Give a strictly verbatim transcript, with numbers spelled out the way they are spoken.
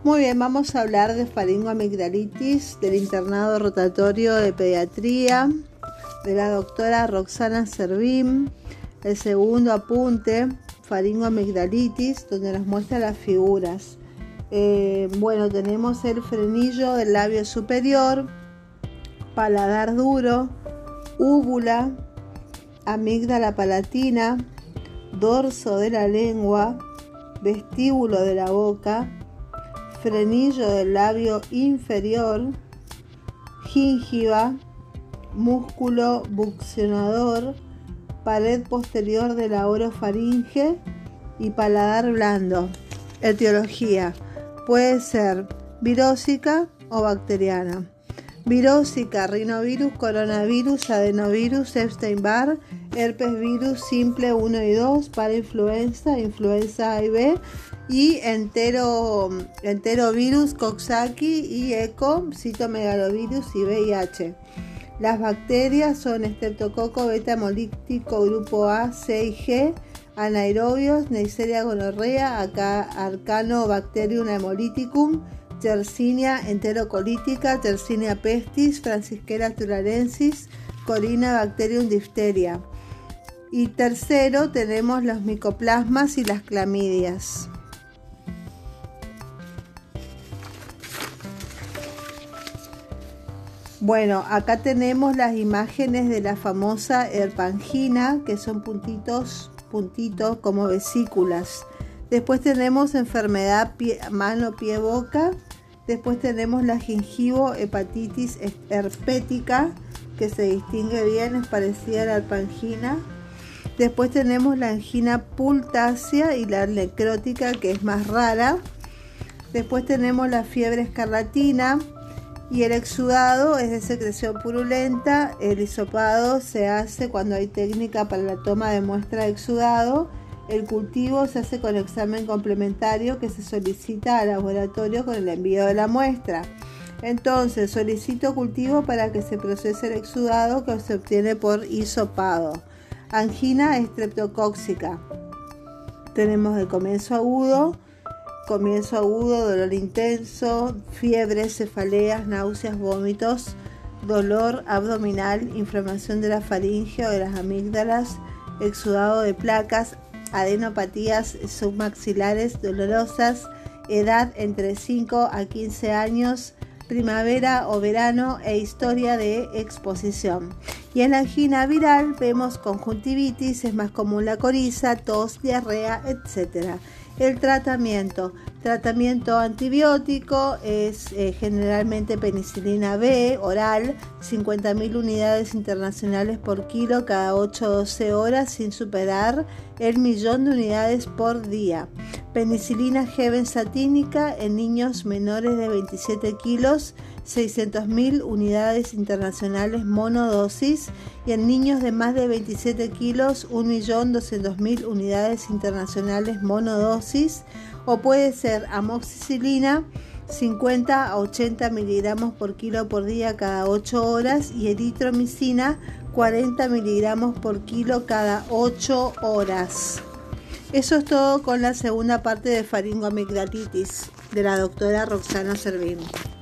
Muy bien, vamos a hablar de faringoamigdalitis, del internado rotatorio de pediatría, de la doctora Roxana Servín. El segundo apunte, faringoamigdalitis, donde nos muestra las figuras. Eh, bueno, tenemos el frenillo del labio superior, paladar duro, úvula, amígdala palatina, dorso de la lengua, vestíbulo de la boca, frenillo del labio inferior, gíngiva, músculo buccionador, pared posterior de la orofaringe y paladar blando. Etiología: puede ser virósica o bacteriana. Virósica: rinovirus, coronavirus, adenovirus, Epstein-Barr, herpes virus simple uno y dos, parainfluenza, influenza A y B, y entero, enterovirus, Coxsackie y eco, citomegalovirus y V I H. Las bacterias son estreptococo beta hemolítico grupo A, C y G, anaerobios, Neisseria gonorrea, Arcanobacterium hemolyticum, Yersinia enterocolítica, Yersinia pestis, Francisquera tularensis, Corynebacterium diphtheria. Y tercero, tenemos los micoplasmas y las clamidias. Bueno, acá tenemos las imágenes de la famosa herpangina, que son puntitos, puntitos como vesículas. Después tenemos enfermedad pie, mano, pie, boca. Después tenemos la gingivo-hepatitis herpética, que se distingue bien, es parecida a la herpangina. Después tenemos la angina pultácea y la necrótica, que es más rara. Después tenemos la fiebre escarlatina y el exudado es de secreción purulenta. El hisopado se hace cuando hay técnica para la toma de muestra de exudado. El cultivo se hace con examen complementario que se solicita al laboratorio con el envío de la muestra. Entonces, solicito cultivo para que se procese el exudado que se obtiene por hisopado. Angina estreptocóxica. Tenemos el comienzo agudo, comienzo agudo, dolor intenso, fiebre, cefaleas, náuseas, vómitos, dolor abdominal, inflamación de la faringe o de las amígdalas, exudado de placas, adenopatías submaxilares dolorosas, edad entre cinco a quince años, primavera o verano e historia de exposición. Y en la angina viral vemos conjuntivitis, es más común la coriza, tos, diarrea, etcétera. El tratamiento, tratamiento antibiótico es eh, generalmente penicilina B oral, cincuenta mil unidades internacionales por kilo cada ocho a doce horas sin superar el millón de unidades por día. Penicilina G benzatínica en niños menores de veintisiete kilos, seiscientas mil unidades internacionales monodosis, y en niños de más de veintisiete kilos, un millón doscientas mil unidades internacionales monodosis. O puede ser amoxicilina cincuenta a ochenta miligramos por kilo por día cada ocho horas y eritromicina cuarenta miligramos por kilo cada ocho horas. Eso es todo con la segunda parte de faringoamigdalitis de la doctora Roxana Servín.